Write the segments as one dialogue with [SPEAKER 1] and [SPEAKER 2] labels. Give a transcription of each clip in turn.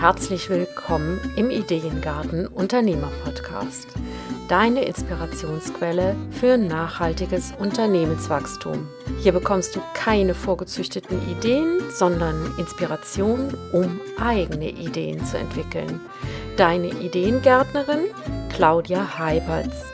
[SPEAKER 1] herzlich willkommen im Ideengarten Unternehmer-Podcast. Deine Inspirationsquelle für nachhaltiges Unternehmenswachstum. Hier bekommst du keine vorgezüchteten Ideen, sondern Inspiration, um eigene Ideen zu entwickeln. Deine Ideengärtnerin Claudia Heiberts.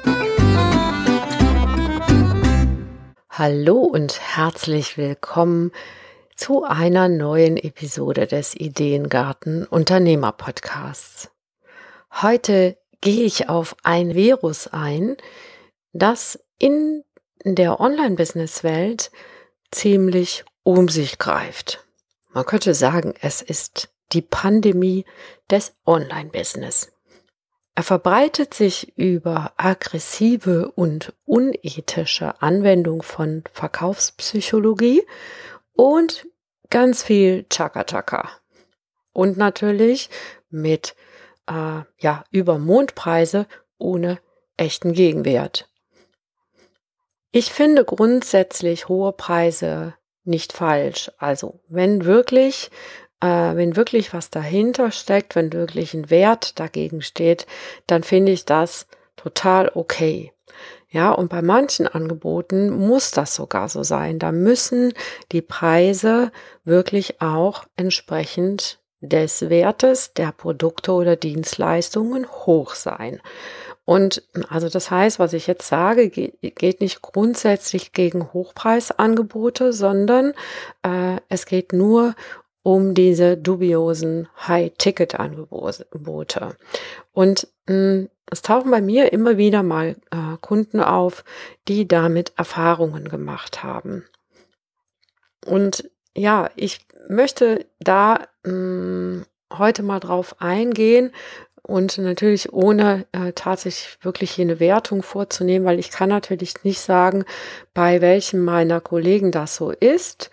[SPEAKER 1] Hallo und herzlich willkommen zu einer neuen Episode des Ideengarten Unternehmer Podcasts. Heute gehe ich auf ein Virus ein, das in der Online-Business-Welt ziemlich um sich greift. Man könnte sagen, es ist die Pandemie des Online-Business. Er verbreitet sich über aggressive und unethische Anwendung von Verkaufspsychologie und ganz viel Chaka-Chaka. Und natürlich mit über Mondpreise ohne echten Gegenwert. Ich finde grundsätzlich hohe Preise nicht falsch. Also wenn wirklich was dahinter steckt, wenn wirklich ein Wert dagegen steht, dann finde ich das total okay. Ja, und bei manchen Angeboten muss das sogar so sein. Da müssen die Preise wirklich auch entsprechend des Wertes der Produkte oder Dienstleistungen hoch sein. Und also das heißt, was ich jetzt sage, geht nicht grundsätzlich gegen Hochpreisangebote, sondern es geht nur um diese dubiosen High-Ticket-Angebote. Und es tauchen bei mir immer wieder mal Kunden auf, die damit Erfahrungen gemacht haben. Und ja, ich möchte da heute mal drauf eingehen und natürlich ohne tatsächlich wirklich hier eine Wertung vorzunehmen, weil ich kann natürlich nicht sagen, bei welchem meiner Kollegen das so ist.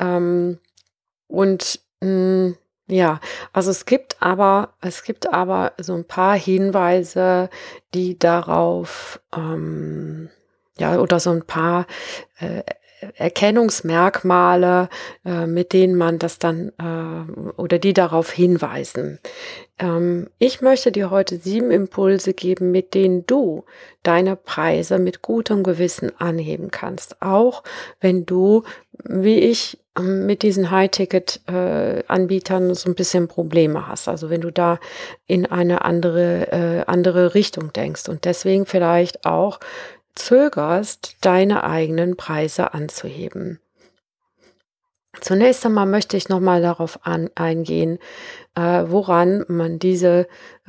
[SPEAKER 1] Also es gibt aber so ein paar Hinweise, die darauf, oder so ein paar Erkennungsmerkmale, mit denen man das dann oder die darauf hinweisen. Ich möchte dir heute 7 Impulse geben, mit denen du deine Preise mit gutem Gewissen anheben kannst, auch wenn du, wie ich, mit diesen High-Ticket-Anbietern so ein bisschen Probleme hast. Also wenn du da in eine andere Richtung denkst und deswegen vielleicht auch zögerst, deine eigenen Preise anzuheben. Zunächst einmal möchte ich nochmal darauf eingehen, woran man diesen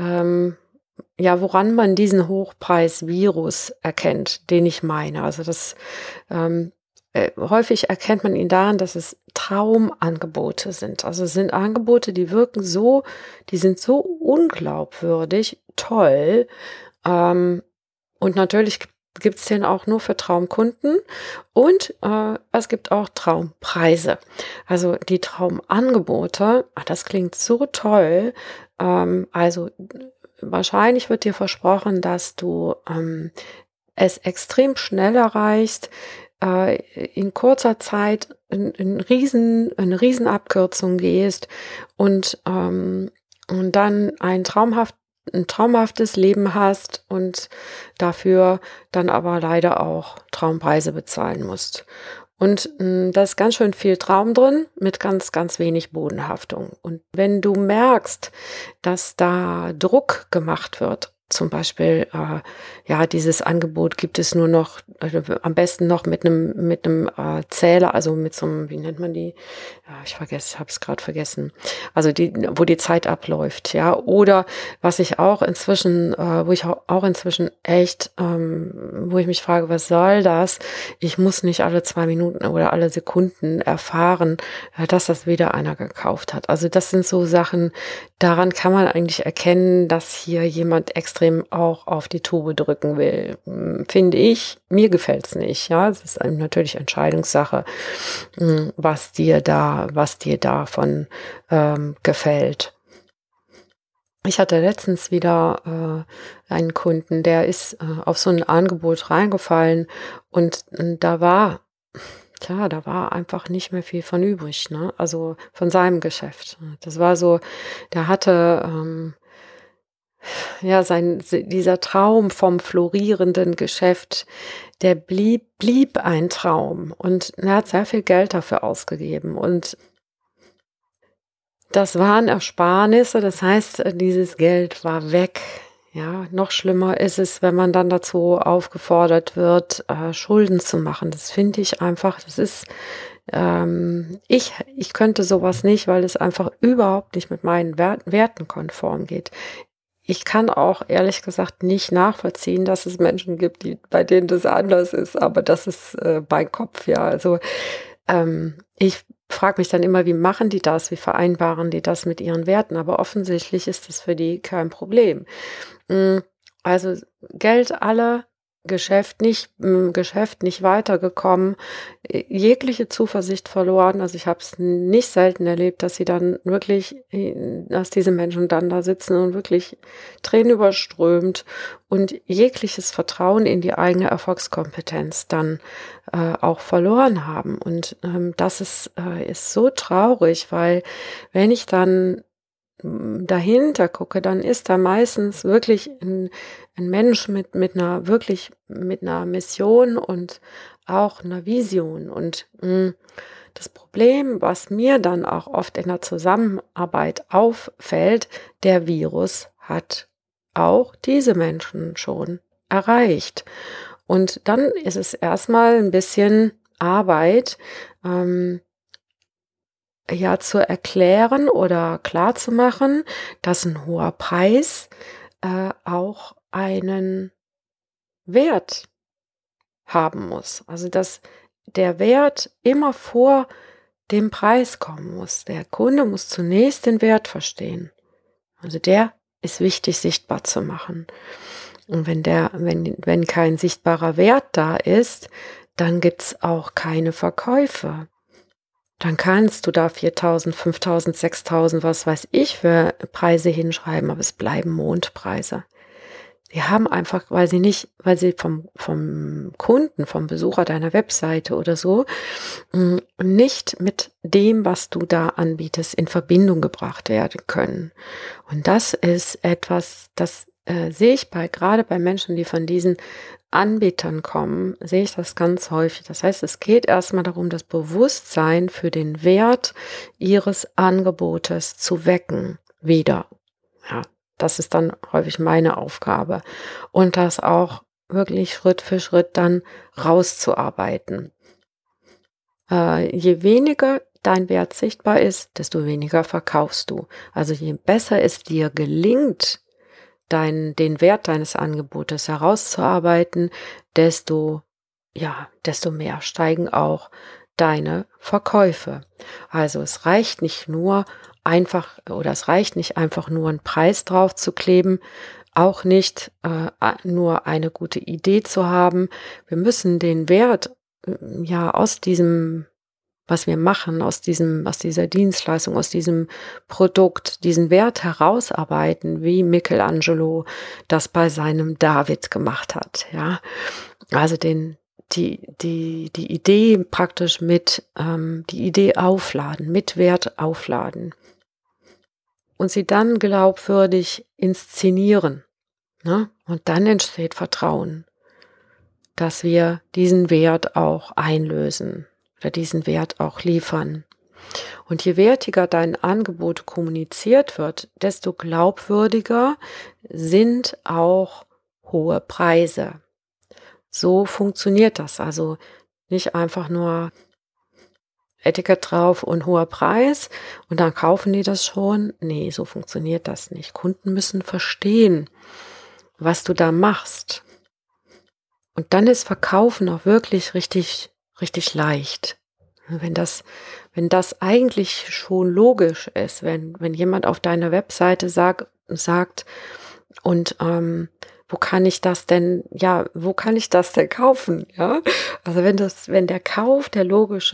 [SPEAKER 1] Hochpreis-Virus erkennt, den ich meine. Also das häufig erkennt man ihn daran, dass es Traumangebote sind. Also es sind Angebote, die sind so unglaubwürdig, toll. Und natürlich gibt es den auch nur für Traumkunden und es gibt auch Traumpreise. Also die Traumangebote, das klingt so toll. Also wahrscheinlich wird dir versprochen, dass du es extrem schnell erreichst, in kurzer Zeit eine Riesenabkürzung gehst und dann ein traumhaftes Leben hast und dafür dann aber leider auch Traumpreise bezahlen musst. Und da ist ganz schön viel Traum drin mit ganz, ganz wenig Bodenhaftung. Und wenn du merkst, dass da Druck gemacht wird, zum Beispiel, dieses Angebot gibt es nur noch, am besten noch mit einem Zähler, also mit so einem, wie nennt man die? Ja, ich habe es gerade vergessen. Also wo die Zeit abläuft, ja. Oder was ich auch inzwischen, wo ich echt, wo ich mich frage, was soll das? Ich muss nicht alle 2 Minuten oder alle Sekunden erfahren, dass das wieder einer gekauft hat. Also das sind so Sachen, daran kann man eigentlich erkennen, dass hier jemand extrem auch auf die Tube drücken will. Finde ich, mir gefällt's nicht. Ja, es ist natürlich Entscheidungssache, was dir davon gefällt. Ich hatte letztens wieder einen Kunden, der ist auf so ein Angebot reingefallen und da war tja, da war einfach nicht mehr viel von übrig, ne? Also von seinem Geschäft. Das war so, der hatte ja dieser Traum vom florierenden Geschäft, der blieb ein Traum und er hat sehr viel Geld dafür ausgegeben und das waren Ersparnisse, das heißt, dieses Geld war weg. Ja, noch schlimmer ist es, wenn man dann dazu aufgefordert wird, Schulden zu machen. Das finde ich einfach, das ist, ich könnte sowas nicht, weil es einfach überhaupt nicht mit meinen Werten konform geht. Ich kann auch ehrlich gesagt nicht nachvollziehen, dass es Menschen gibt, bei denen das anders ist, aber das ist mein Kopf, ja. Also ich frage mich dann immer, wie machen die das, wie vereinbaren die das mit ihren Werten? Aber offensichtlich ist das für die kein Problem. Also Geld alle, Geschäft nicht weitergekommen, jegliche Zuversicht verloren. Also ich habe es nicht selten erlebt, dass sie dann wirklich, dass diese Menschen dann da sitzen und wirklich Tränen überströmt und jegliches Vertrauen in die eigene Erfolgskompetenz dann auch verloren haben. Und das ist so traurig, weil wenn ich dann dahinter gucke, dann ist da meistens wirklich ein Mensch mit einer Mission und auch einer Vision. Und das Problem, was mir dann auch oft in der Zusammenarbeit auffällt, der Virus hat auch diese Menschen schon erreicht. Und dann ist es erstmal ein bisschen Arbeit, ja, zu erklären oder klarzumachen, dass ein hoher Preis auch einen Wert haben muss. Also, dass der Wert immer vor dem Preis kommen muss. Der Kunde muss zunächst den Wert verstehen. Also, der ist wichtig sichtbar zu machen. Und wenn kein sichtbarer Wert da ist, dann gibt's auch keine Verkäufe. Dann kannst du da 4.000, 5.000, 6.000, was weiß ich, für Preise hinschreiben, aber es bleiben Mondpreise. Die haben einfach, weil sie vom Kunden, vom Besucher deiner Webseite oder so, nicht mit dem, was du da anbietest, in Verbindung gebracht werden können. Und das ist etwas, das sehe ich gerade bei Menschen, die von diesen Anbietern kommen, sehe ich das ganz häufig. Das heißt, es geht erstmal darum, das Bewusstsein für den Wert ihres Angebotes zu wecken, wieder. Ja, das ist dann häufig meine Aufgabe. Und das auch wirklich Schritt für Schritt dann rauszuarbeiten. Je weniger dein Wert sichtbar ist, desto weniger verkaufst du. Also je besser es dir gelingt, den Wert deines Angebotes herauszuarbeiten, desto mehr steigen auch deine Verkäufe. Also es reicht nicht einfach nur einen Preis drauf zu kleben, auch nicht nur eine gute Idee zu haben. Wir müssen den Wert aus diesem, was wir machen, aus dieser Dienstleistung, aus diesem Produkt, diesen Wert herausarbeiten, wie Michelangelo das bei seinem David gemacht hat, ja. Also die Idee praktisch die Idee aufladen, mit Wert aufladen und sie dann glaubwürdig inszenieren, ne? Und dann entsteht Vertrauen, dass wir diesen Wert auch einlösen oder diesen Wert auch liefern. Und je wertiger dein Angebot kommuniziert wird, desto glaubwürdiger sind auch hohe Preise. So funktioniert das. Also nicht einfach nur Etikett drauf und hoher Preis und dann kaufen die das schon. Nee, so funktioniert das nicht. Kunden müssen verstehen, was du da machst. Und dann ist Verkaufen auch wirklich richtig, richtig leicht. Wenn das eigentlich schon logisch ist, wenn jemand auf deiner Webseite sagt und wo kann ich das denn kaufen? Ja, also wenn der Kauf der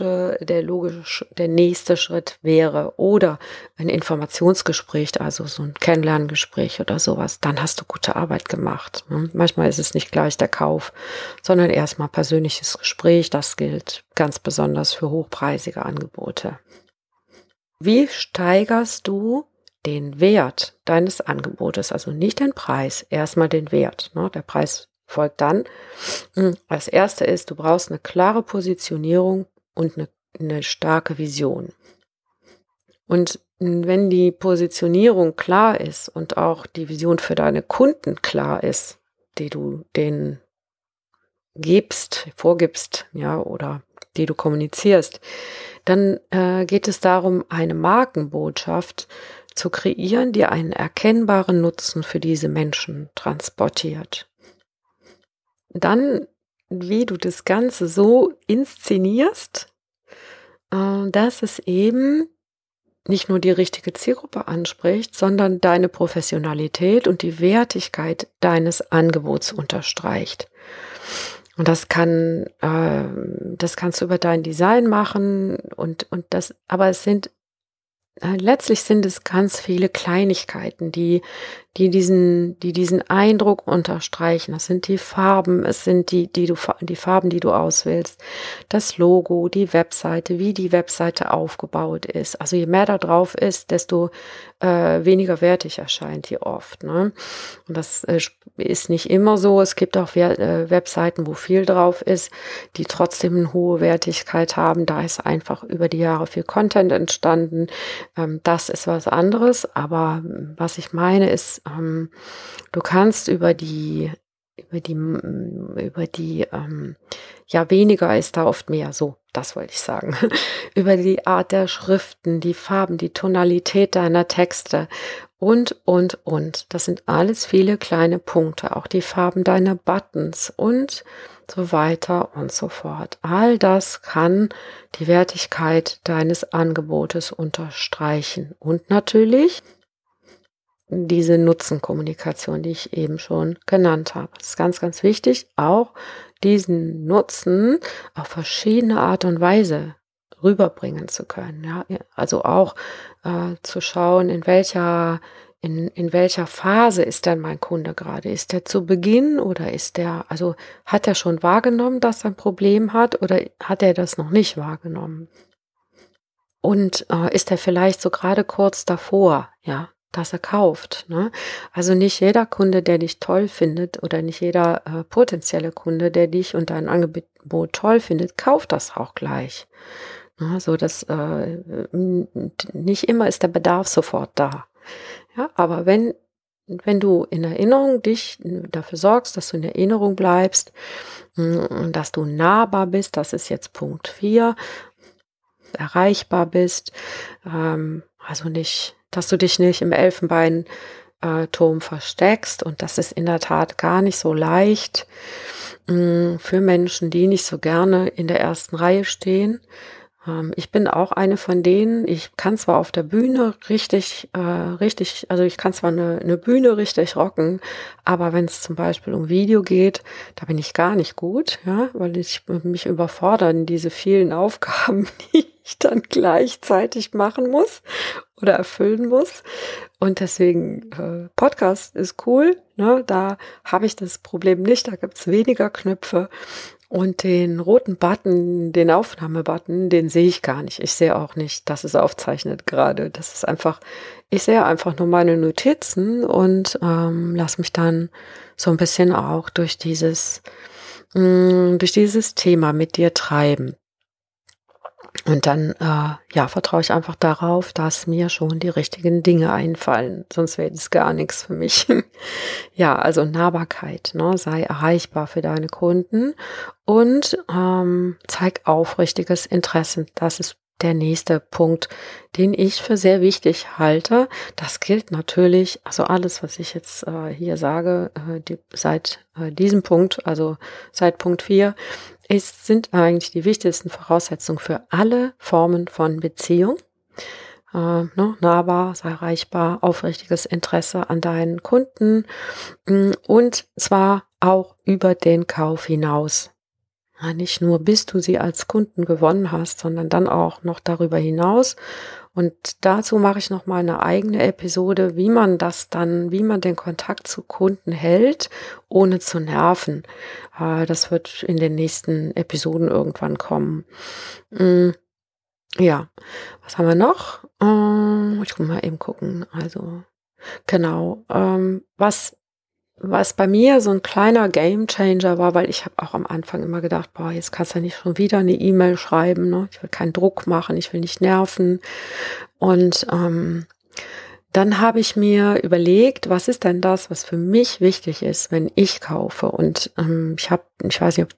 [SPEAKER 1] nächste Schritt wäre oder ein Informationsgespräch, also so ein Kennenlerngespräch oder sowas, dann hast du gute Arbeit gemacht. Ne? Manchmal ist es nicht gleich der Kauf, sondern erstmal persönliches Gespräch. Das gilt ganz besonders für hochpreisige Angebote. Wie steigerst du den Wert deines Angebotes? Also nicht den Preis, erstmal den Wert. Ne? Der Preis folgt dann. Das erste ist, du brauchst eine klare Positionierung und eine starke Vision. Und wenn die Positionierung klar ist und auch die Vision für deine Kunden klar ist, die du denen vorgibst, ja, oder die du kommunizierst, dann geht es darum, eine Markenbotschaft zu kreieren, die einen erkennbaren Nutzen für diese Menschen transportiert. Dann, wie du das Ganze so inszenierst, dass es eben nicht nur die richtige Zielgruppe anspricht, sondern deine Professionalität und die Wertigkeit deines Angebots unterstreicht. Und das kannst du über dein Design machen aber letztlich sind es ganz viele Kleinigkeiten, die diesen Eindruck unterstreichen. Das sind die Farben, es sind die Farben, die du auswählst, das Logo, die Webseite, wie die Webseite aufgebaut ist. Also je mehr da drauf ist, desto weniger wertig erscheint die oft. Ne? Und das ist nicht immer so. Es gibt auch Webseiten, wo viel drauf ist, die trotzdem eine hohe Wertigkeit haben. Da ist einfach über die Jahre viel Content entstanden. Das ist was anderes. Aber was ich meine ist, du kannst weniger ist da oft mehr, so, das wollte ich sagen, über die Art der Schriften, die Farben, die Tonalität deiner Texte und. Das sind alles viele kleine Punkte, auch die Farben deiner Buttons und so weiter und so fort. All das kann die Wertigkeit deines Angebotes unterstreichen und natürlich diese Nutzenkommunikation, die ich eben schon genannt habe. Das ist ganz, ganz wichtig, auch diesen Nutzen auf verschiedene Art und Weise rüberbringen zu können. Ja? Also auch zu schauen, in welcher Phase ist denn mein Kunde gerade? Ist der zu Beginn oder hat er schon wahrgenommen, dass er ein Problem hat oder hat er das noch nicht wahrgenommen? Und ist er vielleicht so gerade kurz davor, ja, dass er kauft. Ne? Also nicht jeder Kunde, der dich toll findet oder nicht jeder potenzielle Kunde, der dich und dein Angebot toll findet, kauft das auch gleich. Also nicht immer ist der Bedarf sofort da. Ja, aber wenn du in Erinnerung dich dafür sorgst, dass du in Erinnerung bleibst, dass du nahbar bist, das ist jetzt Punkt 4, erreichbar bist, also nicht, dass du dich nicht im Elfenbeinturm versteckst und das ist in der Tat gar nicht so leicht für Menschen, die nicht so gerne in der ersten Reihe stehen. Ich bin auch eine von denen, ich kann zwar auf der Bühne also ich kann zwar eine Bühne richtig rocken, aber wenn es zum Beispiel um Video geht, da bin ich gar nicht gut, ja, weil ich mich überfordern, diese vielen Aufgaben, die ich dann gleichzeitig machen muss oder erfüllen muss. Und deswegen, Podcast ist cool, ne, da habe ich das Problem nicht, da gibt's weniger Knöpfe. Und den roten Button, den Aufnahmebutton, den sehe ich gar nicht. Ich sehe auch nicht, dass es aufzeichnet gerade. Ich sehe einfach nur meine Notizen und lasse mich dann so ein bisschen auch durch dieses Thema mit dir treiben. Und dann, vertraue ich einfach darauf, dass mir schon die richtigen Dinge einfallen. Sonst wäre das gar nichts für mich. Ja, also Nahbarkeit, ne? Sei erreichbar für deine Kunden und zeig aufrichtiges Interesse. Das ist der nächste Punkt, den ich für sehr wichtig halte. Das gilt natürlich, also alles, was ich jetzt hier sage, seit diesem Punkt, also seit Punkt 4, sind eigentlich die wichtigsten Voraussetzungen für alle Formen von Beziehung. nahbar, sei erreichbar, aufrichtiges Interesse an deinen Kunden und zwar auch über den Kauf hinaus. Ja, nicht nur bis du sie als Kunden gewonnen hast, sondern dann auch noch darüber hinaus. Und dazu mache ich noch mal eine eigene Episode, wie man den Kontakt zu Kunden hält, ohne zu nerven. Das wird in den nächsten Episoden irgendwann kommen. Ja, was haben wir noch? Ich muss mal eben gucken. Also, genau. Was bei mir so ein kleiner Gamechanger war, weil ich habe auch am Anfang immer gedacht, boah, jetzt kannst du ja nicht schon wieder eine E-Mail schreiben, ne? Ich will keinen Druck machen, ich will nicht nerven. Und dann habe ich mir überlegt, was ist denn das, was für mich wichtig ist, wenn ich kaufe? Und ich weiß nicht,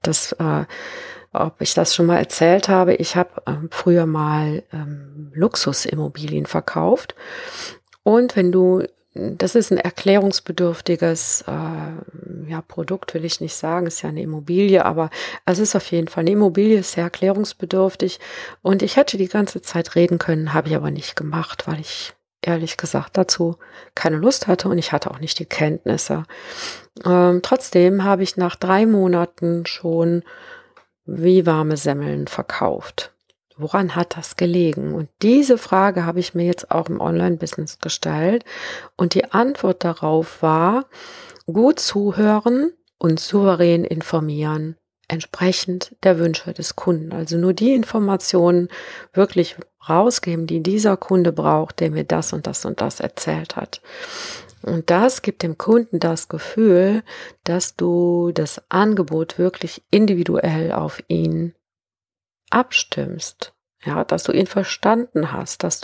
[SPEAKER 1] ob ich das schon mal erzählt habe. Ich habe früher mal Luxusimmobilien verkauft. Und das ist ein erklärungsbedürftiges Produkt, will ich nicht sagen, ist ja eine Immobilie, aber es ist auf jeden Fall eine Immobilie, ist sehr erklärungsbedürftig. Und ich hätte die ganze Zeit reden können, habe ich aber nicht gemacht, weil ich ehrlich gesagt dazu keine Lust hatte und ich hatte auch nicht die Kenntnisse. Trotzdem habe ich nach 3 Monaten schon wie warme Semmeln verkauft. Woran hat das gelegen? Und diese Frage habe ich mir jetzt auch im Online-Business gestellt. Und die Antwort darauf war, gut zuhören und souverän informieren, entsprechend der Wünsche des Kunden. Also nur die Informationen wirklich rausgeben, die dieser Kunde braucht, der mir das und das und das erzählt hat. Und das gibt dem Kunden das Gefühl, dass du das Angebot wirklich individuell auf ihn abstimmst, ja, dass du ihn verstanden hast, dass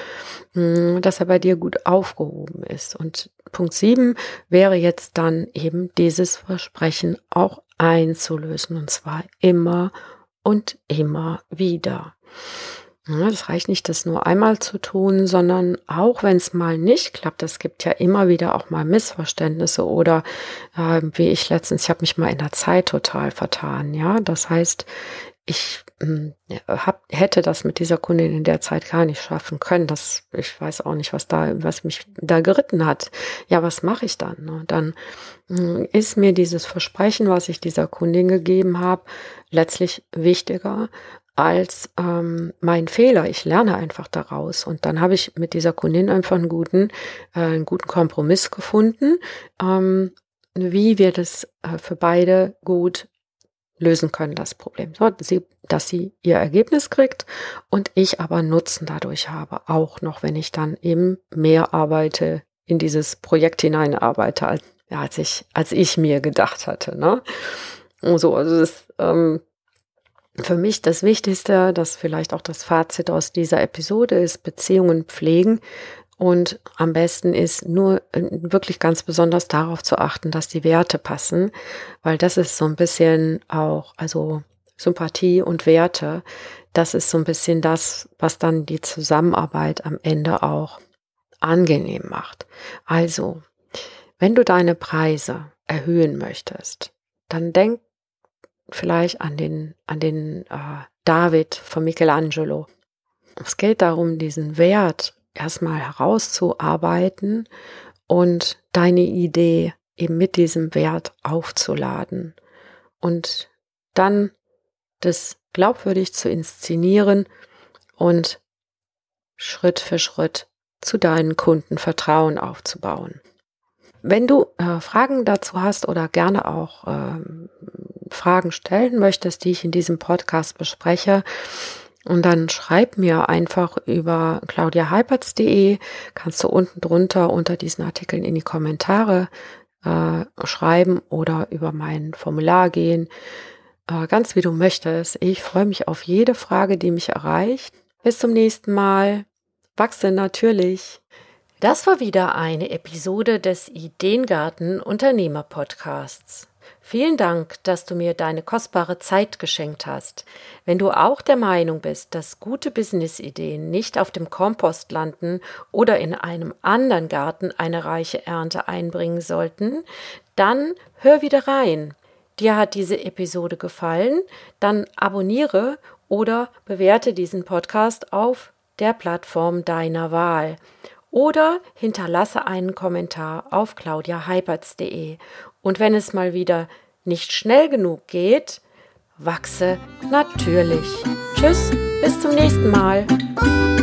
[SPEAKER 1] er bei dir gut aufgehoben ist. Und Punkt 7 wäre jetzt dann eben dieses Versprechen auch einzulösen, und zwar immer und immer wieder. Ja, das reicht nicht, das nur einmal zu tun, sondern auch wenn es mal nicht klappt, es gibt ja immer wieder auch mal Missverständnisse oder wie ich letztens, ich habe mich mal in der Zeit total vertan, ja, das heißt, ich hätte das mit dieser Kundin in der Zeit gar nicht schaffen können. Ich weiß auch nicht, was mich da geritten hat. Ja, was mache ich dann? Ne? Dann ist mir dieses Versprechen, was ich dieser Kundin gegeben habe, letztlich wichtiger als mein Fehler. Ich lerne einfach daraus. Und dann habe ich mit dieser Kundin einfach einen guten Kompromiss gefunden, wie wir das für beide gut lösen können, das Problem. So, dass sie ihr Ergebnis kriegt und ich aber Nutzen dadurch habe, auch noch, wenn ich dann eben mehr arbeite, in dieses Projekt hineinarbeite, als ich mir gedacht hatte. Ne? Und so, also das ist für mich das Wichtigste, das vielleicht auch das Fazit aus dieser Episode ist, Beziehungen pflegen. Und am besten ist nur wirklich ganz besonders darauf zu achten, dass die Werte passen, weil das ist so ein bisschen auch, also Sympathie und Werte, das ist so ein bisschen das, was dann die Zusammenarbeit am Ende auch angenehm macht. Also, wenn du deine Preise erhöhen möchtest, dann denk vielleicht an den David von Michelangelo. Es geht darum, diesen Wert erstmal herauszuarbeiten und deine Idee eben mit diesem Wert aufzuladen und dann das glaubwürdig zu inszenieren und Schritt für Schritt zu deinen Kunden Vertrauen aufzubauen. Wenn du Fragen dazu hast oder gerne auch Fragen stellen möchtest, die ich in diesem Podcast bespreche, und dann schreib mir einfach über claudiaheipertz.de, kannst du unten drunter unter diesen Artikeln in die Kommentare schreiben oder über mein Formular gehen, ganz wie du möchtest. Ich freue mich auf jede Frage, die mich erreicht. Bis zum nächsten Mal. Wachse natürlich. Das war wieder eine Episode des Ideengarten Unternehmer Podcasts. Vielen Dank, dass du mir deine kostbare Zeit geschenkt hast. Wenn du auch der Meinung bist, dass gute Businessideen nicht auf dem Kompost landen oder in einem anderen Garten eine reiche Ernte einbringen sollten, dann hör wieder rein. Dir hat diese Episode gefallen? Dann abonniere oder bewerte diesen Podcast auf der Plattform deiner Wahl. Oder hinterlasse einen Kommentar auf claudiaheipertz.de. Und wenn es mal wieder nicht schnell genug geht, wachse natürlich. Tschüss, bis zum nächsten Mal.